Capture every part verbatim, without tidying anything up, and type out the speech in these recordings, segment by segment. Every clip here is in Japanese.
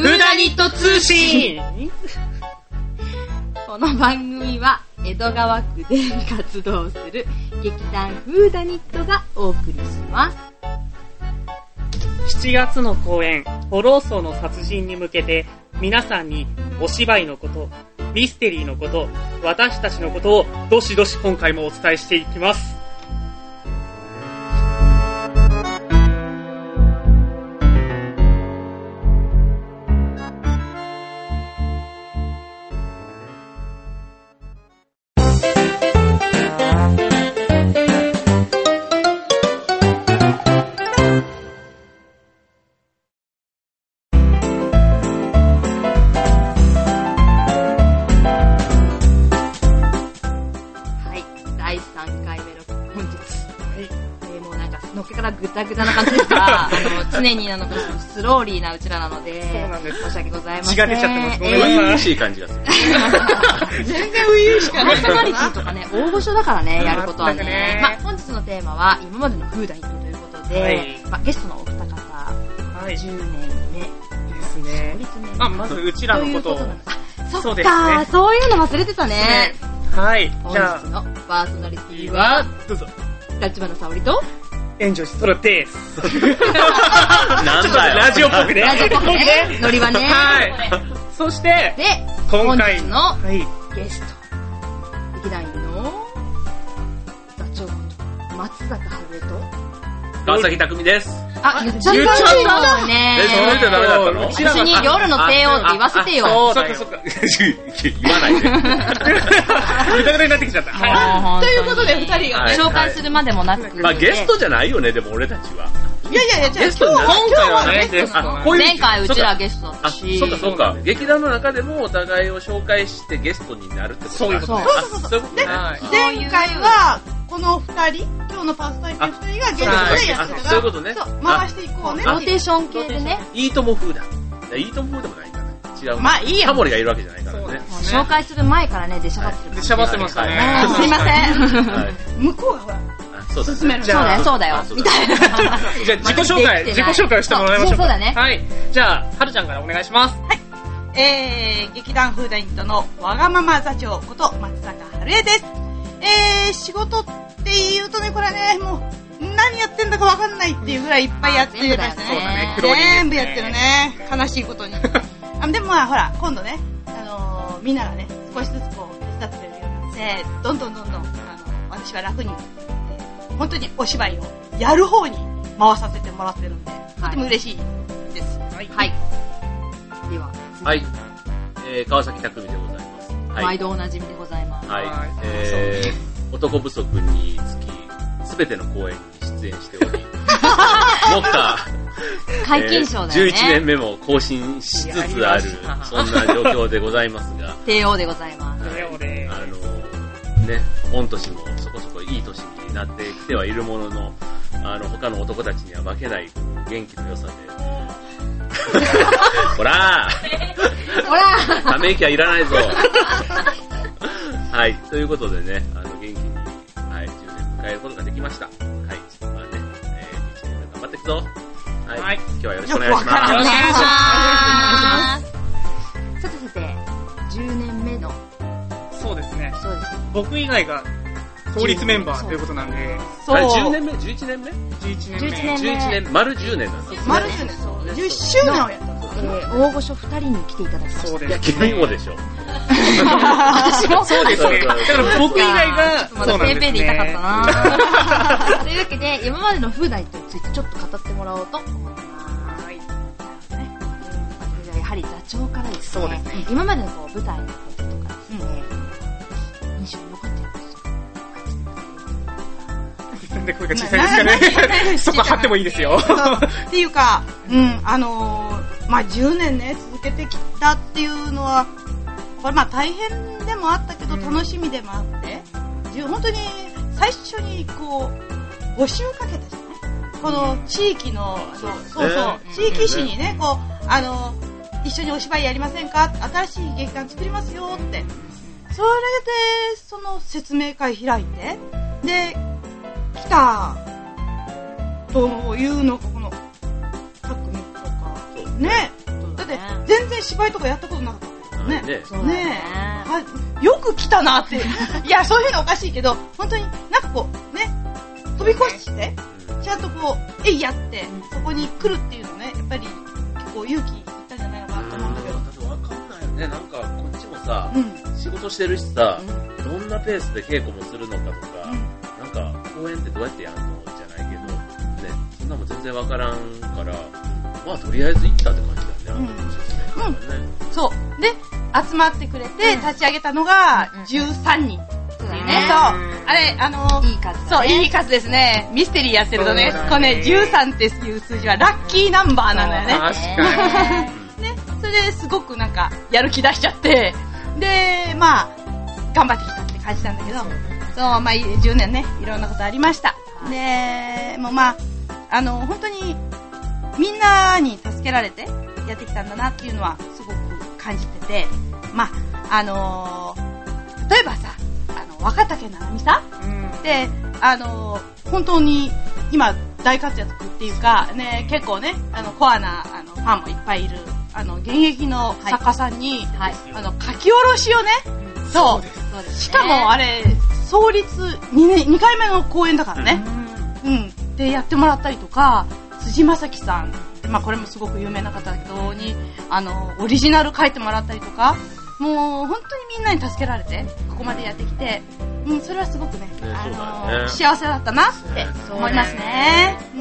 ーダニット通信この番組は江戸川区で活動する劇団フーダニットがお送りします。 しちがつの公演フォロー層の殺人に向けて皆さんにお芝居のこと、ミステリーのこと、私たちのことをどしどし今回もお伝えしていきます。 ぐだぐだな感じですが、あの常にあのスローリーなうちらなので、 そうなんです。 申し訳ございません。 血が出ちゃってます。ごめんなさい。 初々しい感じがする。 全然初々しくない。パーソナリティとかね、大御所だからね、やることはね。ねまあ本日のテーマは今までのフーダニットということで、はい、まあゲストのお二方、はい、じゅうねんめですね。まあまずうちらのことを、 そっか、そうですね。そういうの忘れてたね。 はい。 じゃあ本日のパーソナリティはどうぞ。 立花沙織と。 炎上しソロです。 なんだよ。 ラジオっぽくね。 ラジオっぽくね。ノリはね。 はい。そして、 で、 今回のゲスト、劇団員の座長こと松坂春江と川崎匠です。 あ、言っちゃったもんね。 え、それでダメだったの？ 私に夜の帝王って言わせてよ。 そうだよ。そっかそっか。 言わないで。 ぐだぐだになってきちゃった。 ということで二人が紹介するまでもなく。 まあゲストじゃないよね、でも俺たちは。 いやいやいや、 ゲストになる。 今回はね、ゲストなの。 前回うちらゲストだったし。 そっかそっか。劇団の中でもお互いを紹介してゲストになるってこと。 そういうこと。 そういうことね。 前回は、この二人、今日のパーソナリティ二人がゲストでやってたから、 そういうことね。 回していこうね。 ローテーション系でね。 いいとも風だ。いいとも風でもないんだね。違う。 まあいいや。 タモリがいるわけじゃないからね。 紹介する前からね、出しゃばってる。 出しゃばってましたね。 すいません。向こうがほら。 そうだね。 そうだよ、そうだよ。みたいな。 じゃあ自己紹介、自己紹介をしてもらいましょう。 そうだね。 はい。じゃあ、はるちゃんからお願いします。 はい。えー、劇団フーダニットのわがまま座長こと松坂春江です。えー、仕事って言うとね、これはね、もう、何やってんだかわかんないっていうぐらいいっぱいやってるからね。全部やってるね。悲しいことに。あでもまあ、ほら、今度ね、あのー、みんながね、少しずつこう、手伝ってくれるようになって、どんどんどんどん、あの、私は楽に、えー、本当にお芝居をやる方に回させてもらってるんで、とても嬉しいです。 はい。はい。では。 はい。えー、川崎匠でございます。はい、 毎度おなじみでございます。 はい。えー、男不足につき、すべての公演に出演しており、もっか、 解禁賞だよね、 じゅういちねんめも更新しつつある、そんな状況でございますが。 帝王でございます。 帝王で。 あの、ね、御年もそこそこいい年になってきてはいるものの、あの、他の男たちには負けない元気の良さで、ほらーほらため息はいらないぞはい、ということでね、あの、元気に、はい、じゅうねん迎えることができました。はい、まあね、えー、いちねんめ頑張っていくぞ。はい、はい、今日はよろしくお願いします。 よろしくお願いします。さてさて、じゅうねんめの。 そうですね。 そうです。 僕以外が、創立メンバーということなんで。 そう。あれじゅうねんめ ?じゅういちねんめ ? じゅういちねんめ。 じゅういちねん、丸じゅうねんなんです。 丸じゅうねん、そう。じゅっしゅうねんをやった。 えー、大御所ふたりに来ていただきました。 そうです。 いや、君もでしょ。 私もそうですね。だから僕以外が、 まだペーペーで言いたかったなというわけで、今までのフーダニットについてちょっと語ってもらおうと思います。はい。じゃあやはり座長からですね。 そうですね。 今までのこう舞台のこととかですね、印象に残ってること。 なんで声が小さいですかね。そこ貼ってもいいですよ。 っていうか、うん、あのー、まあ、じゅうねんね、続けてきたっていうのは、これまあ大変でもあったけど、楽しみでもあって、うん、本当に最初にこう、募集かけたじゃないこの地域の、あのそうそう、えー、地域市にね、こう、あの、一緒にお芝居やりませんか新しい劇団作りますよって。それで、その説明会開いて、で、来た、というのが、この、たくみとか、ね。だって、 全然芝居とかやったことなかったね。 ねねえ。よく来たなって。いや、そういうのおかしいけど、本当になんかこう、ね、飛び越して、ちゃんとこう、えいやって、そこに来るっていうのね、やっぱり結構勇気いったんじゃないのかなと思うんだけど。 だってわかんないよね。なんかこっちもさ、仕事してるしさ、どんなペースで稽古もするのかとか、なんか公演ってどうやってやるのじゃないけど、ね、そんなもん全然わからんから、まあとりあえず行ったって感じだよね。 うん。うん、そう。で、集まってくれて立ち上げたのがじゅうさんにん。そうだね。そう。あれ、あのー、 いい数、ね。 そう、いい数ですね。ミステリーやってるとね、このね、じゅうさんっていう数字はラッキーナンバーなのよね。 確かに。ね、それですごくなんか、やる気出しちゃって、で、まあ、頑張ってきたって感じなんだけど、そう、まあ、じゅうねんね、いろんなことありました。で、もうまあ、あの、本当に、みんなに助けられてやってきたんだなっていうのは、すごく感じてて、まあ、あのー、例えばさ、あの、若竹ななみさんで、あのー、本当に今大活躍っていうか、ね、結構ね、あの、コアな、あの、ファンもいっぱいいる、あの、現役の作家さんに、はい、あの、書き下ろしをね、うん、そう、そうです、しかもあれ、創立 2, 年にかいめの公演だからね、うん、うん、で、やってもらったりとか、辻正樹さん、まあこれもすごく有名な方だけどに、あの、オリジナル書いてもらったりとか、もう本当にみんなに助けられて、ここまでやってきて、うん、それはすごくね、ねあの、ね、幸せだったなって思いますね。うん。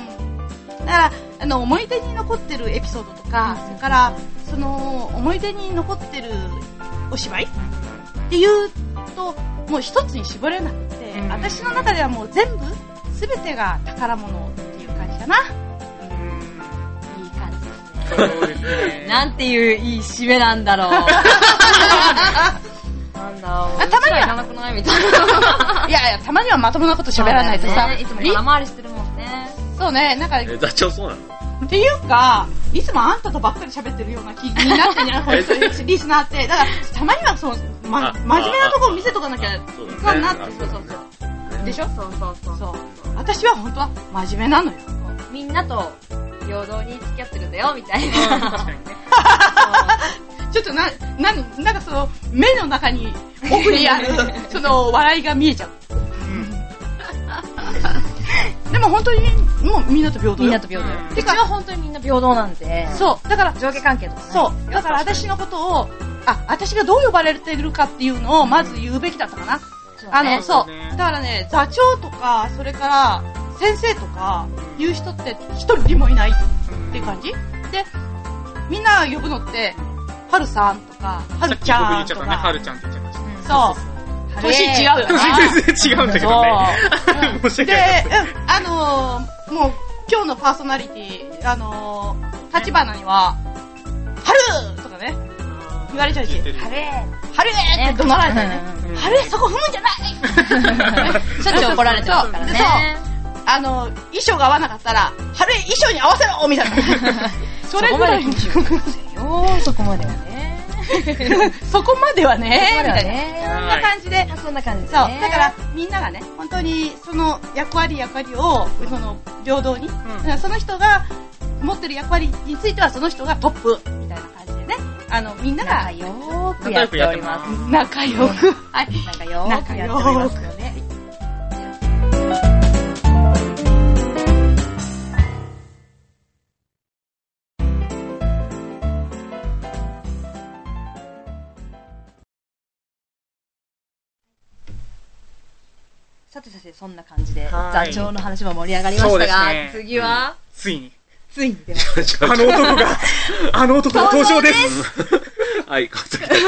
だから、あの、思い出に残ってるエピソードとか、それから、その、思い出に残ってるお芝居っていうと、もう一つに絞れなくて、私の中ではもう全部、すべてが宝物っていう感じかな。 そうですね。なんていういい締めなんだろう。なんだろう。 たまには。 いらなくないみたいな。 いやいや、たまにはまともなこと喋らないとさ。 ね、いつも空回りしてるもんね。 そうね、なんか。 え、座長そうなのっていうか、いつもあんたとばっかり喋ってるような気になってんじゃない本当にリスナーって。だから、たまにはそう、ま、真面目なところ見せとかなきゃいかんなって。そうそうそう。でしょそうそうそう。そう。私は本当は真面目なのよ。 みんなと、平等に付き合ってるんだよみたいな、うん、確かにねちょっとな、な、なんかその目の中に奥にあるその笑いが見えちゃう、うん、でも本当にもうみんなと平等よみんなと平等よ、うん、うちは本当にみんな平等なんでそうだから上下関係とかねそうだから私のことをあ私がどう呼ばれてるかっていうのをまず言うべきだったかな、うん、あのそう、ね、だからね座長とかそれから先生とかいう人って一人もいないっていう感じで、みんな呼ぶのって、はるさんとか、はるちゃんとか。 僕言っちゃったね、はるちゃんって言っちゃいました。 そう。年違うよね。 全然違うんだけどね。申し訳ない。 で、あのー、もう今日のパーソナリティ、あのー、立花には、はるとかね、言われちゃうし、はるはるって怒鳴られたよね。はるそこ踏むんじゃないしょっちゅう怒られてますからね。 あの、衣装が合わなかったら、はる衣装に合わせろみたいな。それぐらいにしよう。そこまではね。 そこまではね。みたいな。そんな感じで。 そんな感じで。 そう。だから、みんながね、本当に、その役割役割を、その、平等に。その人が持ってる役割については、その人がトップ、みたいな感じでね。あの、みんなが。 仲良くやっております。 仲良く。はい。 仲良くやっておりますよね。さてさてそんな感じで座長の話も盛り上がりましたが、ね、次は、うん、 ついについに出ましたあの男があの男が登場ですはい川崎です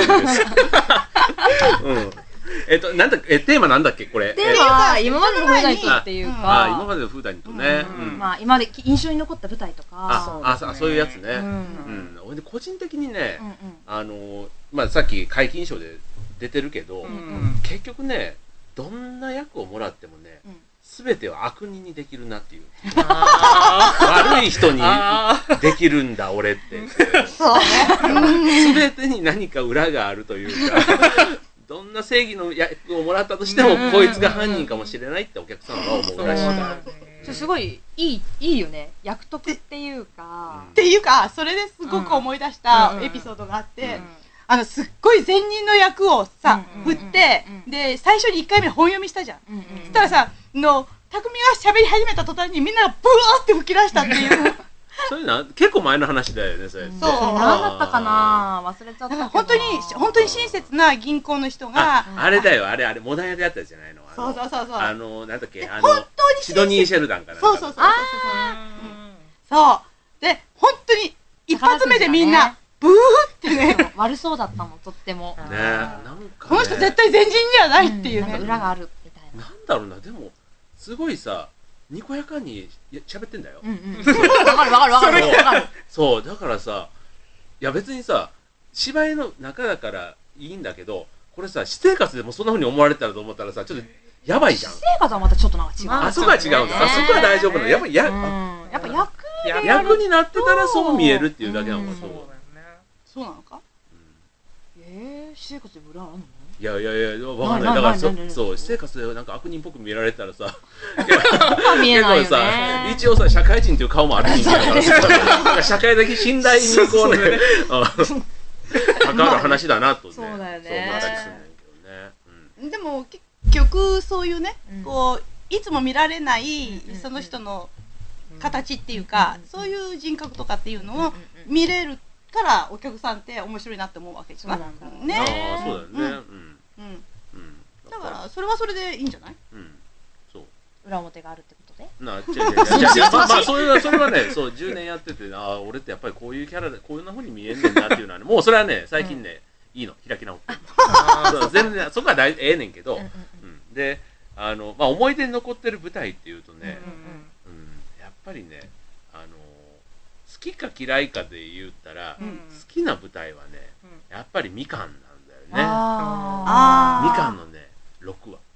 うんえっとなんだえテーマなんだっけこれテーマは今までのフーダニットっていうかあ今までのフーダニットね、 うんうん、まあ今まで印象に残った舞台とかああそういうやつねうん俺、うん、個人的にね、うんうん、あのまあさっき皆勤賞で出てるけど、うんうん、結局ねどんな役をもらってもね、すべ、うん、ては悪人にできるなっていう。悪い人にできるんだ俺って。 そうね。 すべてに何か裏があるというか、どんな正義の役をもらったとしても、こいつが犯人かもしれないってお客さんは思うらしい。 すごいいいいいよね。役得っていうかっていうかそれですごく思い出したエピソードがあって、あのすっごい善人の役をさ振って、で最初にいっかいめ本読みしたじゃん。そしたらさの匠が喋り始めた途端にみんながブワーって吹き出したっていう。 そういうのは結構前の話だよね、それ。そう。 何だったかな、忘れちゃったけど。 本当に本当に親切な銀行の人が。 あれだよ、あれあれモダン屋でやったやつじゃないの。 そうそうそうそう。 あのなんだっけ、あの本当にシドニーシェルダンかな。 そうそうそうそうそう。で本当に一発目でみんなブーってね。 悪そうだったもん、とっても。 ね、なんかこの人絶対善人じゃないっていうね。 裏があるみたいな。 なんだろうな、でもすごいさ。にこやかに喋ってんだよ。 わかるわかるわかるわかる。 そうだからさ、いや別にさ芝居の中だからいいんだけど、これさ私生活でもそんな風に思われたらと思ったらさ、ちょっとやばいじゃん。 私生活はまたちょっとなんか違う。 あそこは違うんだ。あそこは大丈夫なの。やっぱりややっぱ役役になってたらそう見えるっていうだけなのか。そうそうなのか。 ええ、私生活で裏あるの？ いやいやいや、わかんない。だからそそう私生活でなんか悪人っぽく見られたらさ、 見えないよね。 結構さ、一応さ社会人っていう顔もある人間だからさ、社会的信頼にこうね関わる話だなとね、そう思ったりするんだけどね。でも結局そういうね、こういつも見られないその人の形っていうか、そういう人格とかっていうのを見れるからお客さんって面白いなって思うわけですよね。 ああ、そうだよね。 うん。だからそれはそれでいいんじゃない？うん。 そう。裏表があるってことで？ な、違う違う違う。まあまあそれはそれはね、そうじゅうねんやってて、ああ俺ってやっぱりこういうキャラでこんな風に見えんねんなっていうのはね、もうそれはね最近ねいいの開き直って。全然そこは大ええねんけど、であのまあ思い出に残ってる舞台っていうとね、やっぱりね。好きか嫌いかで言ったら、うん、好きな舞台はね、うん、やっぱりみかんなんだよね。あみかんのねろくわ。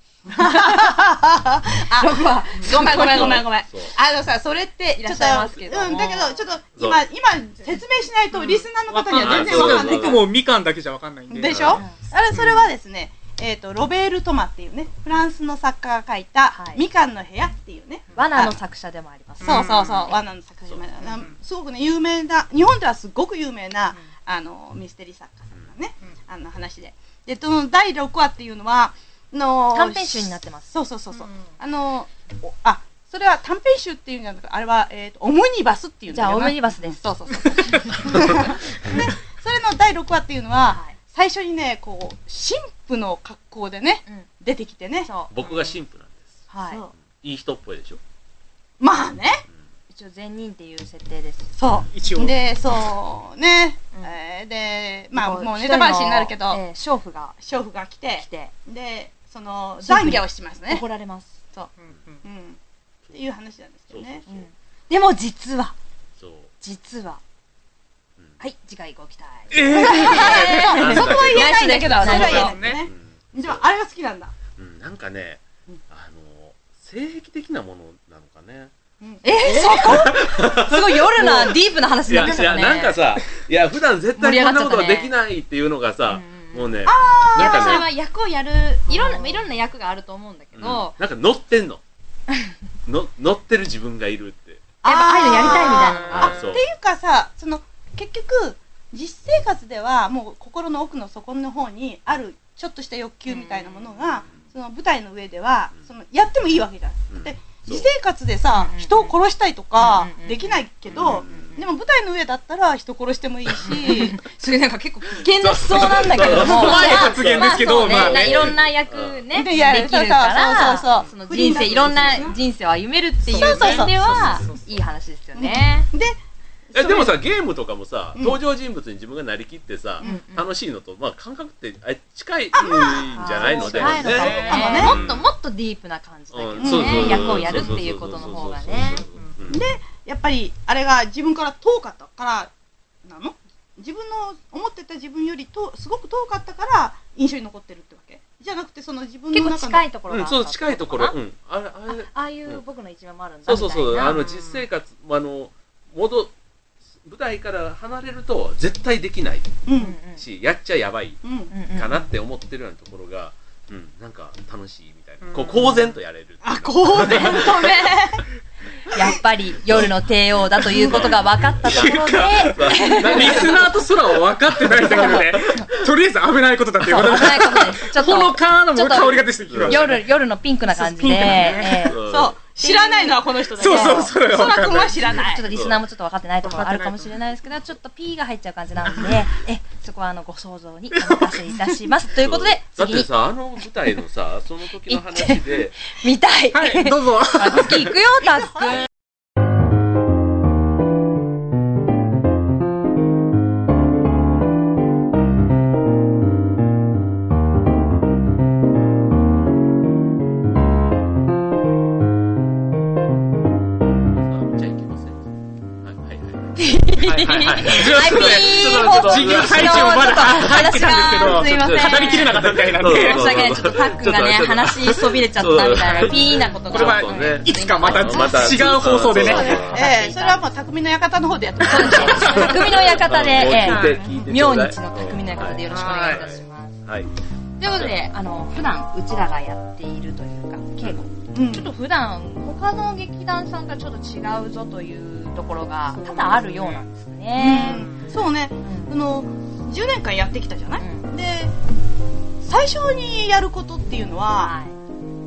ろくわ。ごめんごめんごめんごめん。あのさ、それってちょっとうんだけどちょっと今今説明しないとリスナーの方には全然わかんない。 僕もみかんだけじゃわかんないんで。 でしょ？あれそれはですね。えーとロベール・トマっていうねフランスの作家が書いた「みかんの部屋」っていうね罠の作者でもあります。 そうそうそう罠の作者でもある。すごくね有名な日本ではすごく有名なあのミステリー作家さんがねあの話ででそのだいろくわっていうのはの短編集になってます。 そうそうそうそうあのあそれは短編集っていうんじゃなくてあれはえーとオムニバスっていうんだよな。 じゃあオムニバスです。 そうそうそう。でそれのだいろくわっていうのは最初にねこう神父の格好でね、うん、出てきてね。 僕が神父なんです。はい。いい人っぽいでしょ。 まあね。 うん、一応善人っていう設定です。 そう。一応。でそうね、うん、えー、でまあもうネタバラシになるけど、 えー、娼婦が娼婦が来て来てでその懺悔をしますね。 怒られます。 そう。うん。うん、っていう話なんですけどね。 そうそうそう、うん、でも実は。 そう。 実は。はい、次回ご期待。 ええー、そこは言えないんだけど、それは言えないね。じゃああれが好きなんだ。 うん、なんかね、あの性癖的なものなのかね。 えー、そこ？すごい夜なディープな話になってきたね。 いやなんかさ、いや普段絶対こんなことができないっていうのがさ、もうね、 なんかそれは役をやるいろんないろんな役があると思うんだけど、 なんか乗ってんの。の乗ってる自分がいるって。 やっぱああいうのやりたいみたいなのが。 っていうかさ、その結局実生活ではもう心の奥の底の方にあるちょっとした欲求みたいなものがその舞台の上ではそのやってもいいわけじゃん。で実生活でさ人を殺したいとかできないけどでも舞台の上だったら人殺してもいいしそれなんか結構危険な思想なんだけども怖い発言ですけどまあいろんな役ねできるからその人生いろんな人生を歩めるっていう点ではいい話ですよね。 でえでもさゲームとかもさ登場人物に自分がなりきってさ楽しいのとまあ感覚って近いんじゃないのでもっともっとディープな感じだけどね役をやるっていうことの方がね。 でやっぱりあれが自分から遠かったからなの？自分の思ってた自分よりとすごく遠かったから印象に残ってるってわけ？じゃなくてその自分の中の結構近いところがあったそう近いところうんあれあれああいう僕の一面もあるんだそうそうそうあの実生活あの戻舞台から離れると絶対できないし、うん、やっちゃやばいかなって思ってるようなところがうん、なんか楽しいみたいな、こう公然とやれる。 あ、公然とね。 やっぱり夜の帝王だということが分かったところでリスナーと空は分かってないんだけどね。とりあえず危ないことだっていうことで。 危ないことです。ちょっとほのかの香りが出てきました。 夜夜のピンクな感じで、 そう知らないのはこの人だけ。 そうそうそれは。 空くんは知らない。 ちょっとリスナーもちょっと分かってないところあるかもしれないですけど、ちょっと P が入っちゃう感じなので、えそこはあのご想像にお任せいたします。ということでだってさ、あの舞台のさ、その時の話で見たい。 はい、どうぞ。 タスク行くよ、タスク。 はいはいはい。自由配置もまだ入ってたんですけど、語りきれなかったみたいなんで。 申し訳ない、ちょっとタックがね、話しそびれちゃったみたいな、ピーなことが。 これはいつかまた違う放送でね。 ええ、それはもう匠の館の方でやってます。 匠の館で、ええ、明日の匠の館でよろしくお願いいたします。はい。ということで、あの、普段うちらがやっているというか、稽古。ちょっと普段、他の劇団さんとはちょっと違うぞというところが多々あるようなんですね。 うん、そうね、うん、あのじゅうねんかんやってきたじゃない、うん、で最初にやることっていうのは、はい、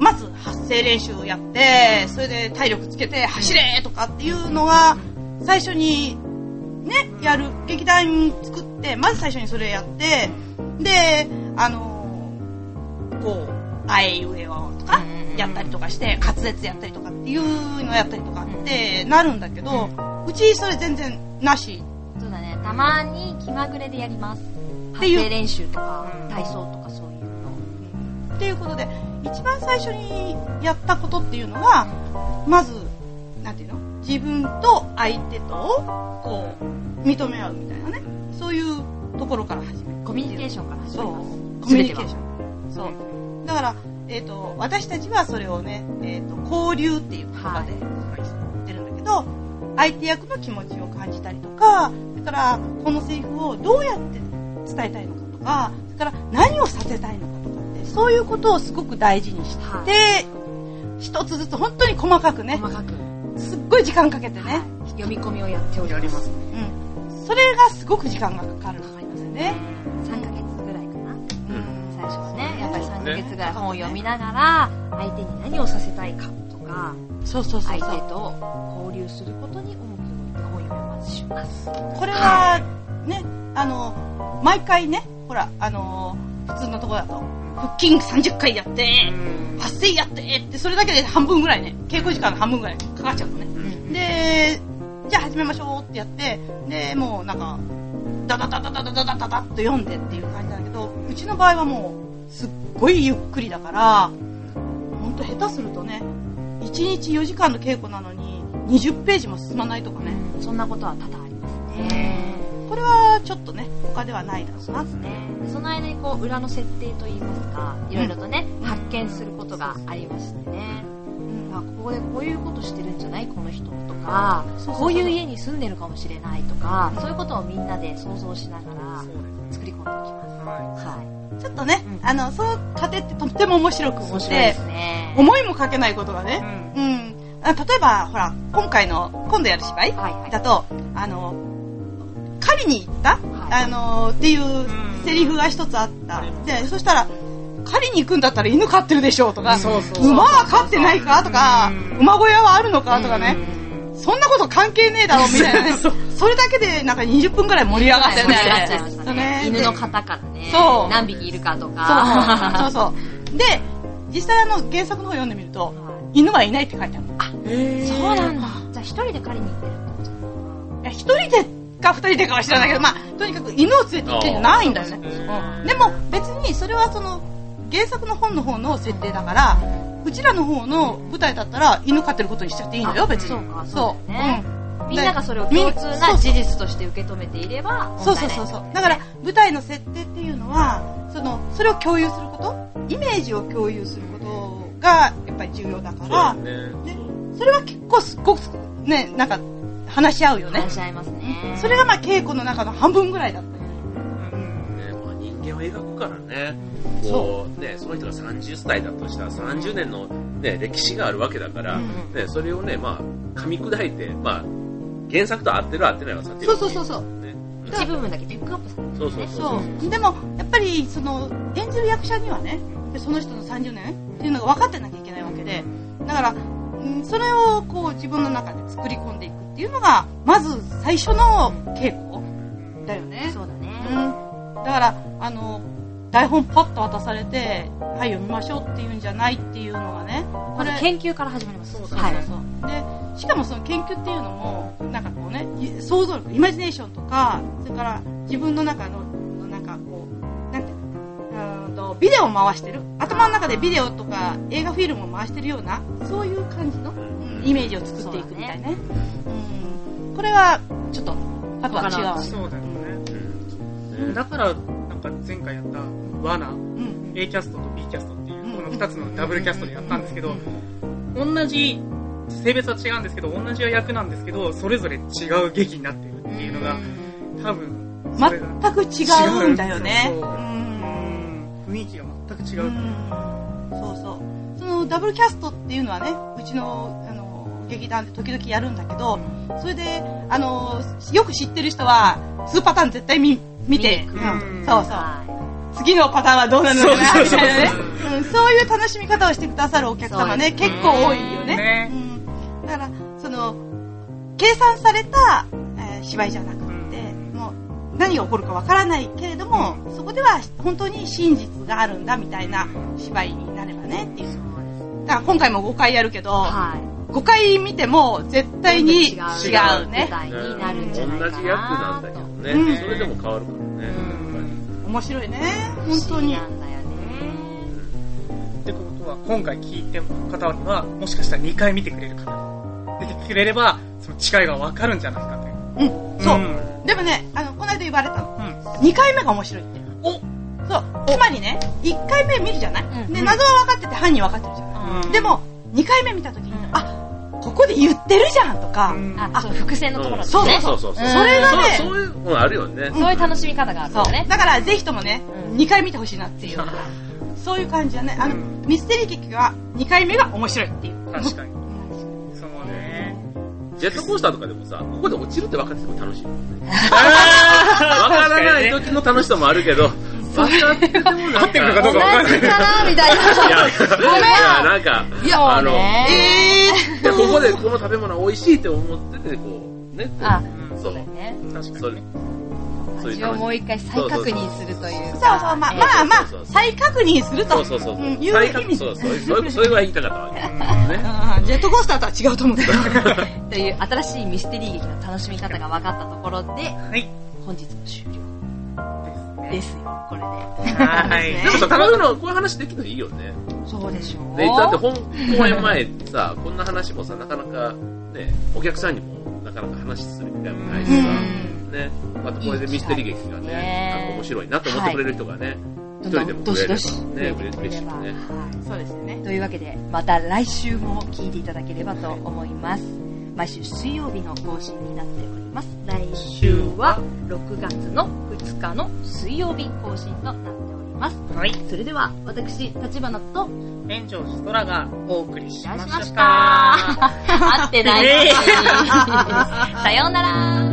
まず発声練習をやってそれで体力つけて走れとかっていうのが最初にねやる劇団作ってまず最初にそれやってであのこうあいうえおとかやったりとかして滑舌やったりとかっていうのをやったりとかってなるんだけど、うちそれ全然なし。 そうだね、たまに気まぐれでやります。発声練習とか体操とかそういうのっていうことで一番最初にやったことっていうのがまずなんていうの自分と相手とこう認め合うみたいなねそういうところから始める。 コミュニケーションから始めます。 コミュニケーション。そう。だから、えっと、私たちはそれをね、えっと、交流っていう言葉で言ってるんだけど、相手役の気持ちを感じたりとか、それからこのセリフをどうやって伝えたいのかとか、それから何をさせたいのかとかって、そういうことをすごく大事にして、はい、一つずつ本当に細かくね、 細かくすっごい時間かけてね、はい、 読み込みをやっております。 うん。それがすごく時間がかかる。かかりますよね。 さんかげつぐらいかな。うん。最初はね、やっぱりさんかげつぐらい本を読みながら、相手に何をさせたいかとか、 そうそうそうそう。 相手と交流することに重きを置いて本を読みまします。 これはね、あの毎回ね、ほらあの普通のところだと腹筋さんじゅっかいやって、発声やってってそれだけで半分ぐらいね、稽古時間の半分ぐらいかかっちゃうのね。うん、で、じゃあ始めましょうってやって、でもうなんかダダダダダダダダダダッと読んでっていう感じなんだけど、うちの場合はもうすっごいゆっくりだから、本当下手するとね、いちにちよじかんの稽古なのににじゅっページも進まないとかね、 うん、そんなことは多々ありますね。 これはちょっとね他ではないだろうなってね。 その間にこう裏の設定といいますか、いろいろとね、うん、発見することがありましてね、うん、あここでこういうことしてるんじゃないこの人とか、こういう家に住んでるかもしれないとか、うん、そういうことをみんなで想像しながら作り込んでいきます。はい、 ちょっとね、うん、あのその過程ってとっても面白く面白いですね。 思いもかけないことがね、うん、うん、あ例えばほら今回の今度やる芝居、はいはい、だとあの狩りに行った、はい、あのっていうセリフが一つあった、うん、でそしたら狩りに行くんだったら犬飼ってるでしょうとか、うん、馬は飼ってないかとか、うん、馬小屋はあるのかとかね、うん、そんなこと関係ねえだろみたいなねそれだけでなんかにじゅっぷんくらい盛り上がったよね。 盛り上がっちゃいましたね。犬の型からね、そう何匹いるかとか、 そうそうそうで実際あの原作の方読んでみると、はい、犬はいないって書いてある。 あ、へー、そうなんだ。じゃあ一人で狩りに行ってるってこと？ いや一人でか二人でかは知らないけど、まあとにかく犬を連れて行ってんじゃないんだよね。うん、でも別にそれはその原作の本の方の設定だから、うちらの方の舞台だったら犬飼ってることにしちゃっていいのよ別に。 そうか、そうだよね。うん、みんながそれを共通な事実として受け止めていれば問題ない、ね。そうそうそうそう。 だから舞台の設定っていうのはそのそれを共有すること、イメージを共有することがやっぱり重要だから、ね、でそれは結構すっごくねなんか話し合うよね。 話し合いますね。 それがまあ稽古の中の半分ぐらいだったよ、 うんね。まあ、人間を描くからね。こう、ね、その人がさんじゅっさいだとしたらさんじゅうねんのね、歴史があるわけだから、ね、それをね、まあ、噛み砕いて、まあ、原作と合ってる合ってないはさておき。 そうそうそうそう。 一部分だけピックアップされてる、ね、 そうそうそうそう。でも、やっぱり、その、演じる役者にはね、その人のさんじゅうねんっていうのが分かってなきゃいけないわけで、だから、それをこう自分の中で作り込んでいくっていうのが、まず最初の稽古だよね。 そうだね。 うん。だから、あの、台本パッと渡されて、はい、読みましょうっていうんじゃないっていうのがね。 これ研究から始まります。 そうそうそう。はい、で、しかもその研究っていうのも、なんかこうね、想像力、イマジネーションとか、それから自分の中の、なんかこう、なんていうの、とビデオを回してる。頭の中でビデオとか映画フィルムを回してるような、そういう感じの、うん、イメージを作っていくみたいなね。うん。これは、ちょっと、あとは違う。 そうだよね。だから、なんか前回やった、ワナ、うん、A キャストと B キャストっていう、このふたつのダブルキャストでやったんですけど、同じ、性別は違うんですけど、同じ役なんですけど、それぞれ違う劇になってるっていうのが、多分、 全く違うんだよね。 そう。雰囲気が全く違う。 そうそう。そのダブルキャストっていうのはね、うちの、あの、劇団で時々やるんだけど、それで、あの、よく知ってる人は、にパターン絶対見、見て、うん、そうそう。次のパターンはどうなるのかなみたいなね、うん。そういう楽しみ方をしてくださるお客様ね、結構多いよね。ね、うん、だから、その、計算された、えー、芝居じゃなくて、もう何が起こるかわからないけれども、そこでは本当に真実があるんだみたいな芝居になればねっていう。だから今回もごかいやるけど、はい、ごかい見ても絶対に違うね。 舞台になるんじゃないかな。 同じ役なんだけどね、うん、それでも変わるからね。 うん、面白いね、本当に。 なんだよね。 ってことは、今回聞いてる方には、もしかしたらにかい見てくれる方が出てくれれば、その違いがわかるんじゃないかという。 うん、そう。うん、でもね、あの、この間言われたの。うん、にかいめが面白いって。おそう。つまりね、いっかいめ見るじゃない、うん、で、謎は分かってて犯人分かってるじゃない、うん、でも、にかいめ見たときに、うん、あ、ここで言ってるじゃんとか、うん、 あ、そう、伏線のところですね。 そうそうそうそう。 それがね、 そういうのあるよね。 そういう楽しみ方があるよね。 だから、ぜひともね、うん、にかい見てほしいなっていう。そういう感じだね。あの、ミステリー劇はにかいめが面白いっていう。 確かに。そうね。 ジェットコースターとかでもさ、ここで落ちるって分かってても楽しいもんね。分からない時の楽しさもあるけど、分かっててもなんか。合ってるのかどうか分かんない。 かなみたいな。 いや、いや、なんか、 いや、あの、 えー、ここでこの食べ物美味しいって思ってて、こう、ね。 あ、そうだよね。 確かに。 味をもう一回再確認するという。 そうそう、まあまあまあ、再確認すると。 そうそうそう。いう意味。そうそう。それが言いたかったわけ。 ジェットコースターとは違うと思うけど。 という新しいミステリー劇の楽しみ方が分かったところで、はい、本日の終了ですよ、これで。 はい。でもさ、こういうの、こういう話できるのいいよね。 そうでしょう。 で、だって本公演前ってさ、こんな話もさ、なかなかね、お客さんにもなかなか話するみたいなのもないしさ、ね、またこれでミステリー劇がね、なんか面白いなと思ってくれる人がね、一人でも増えればね、嬉しいね。 そうですね。 というわけで、また来週も聞いていただければと思います。毎週水曜日の更新になっております。来週はろくがつのふつかの水曜日更新となっております。はい。それでは、私、立花と、 炎上寺空がお送りしました。 合ってない。さようなら。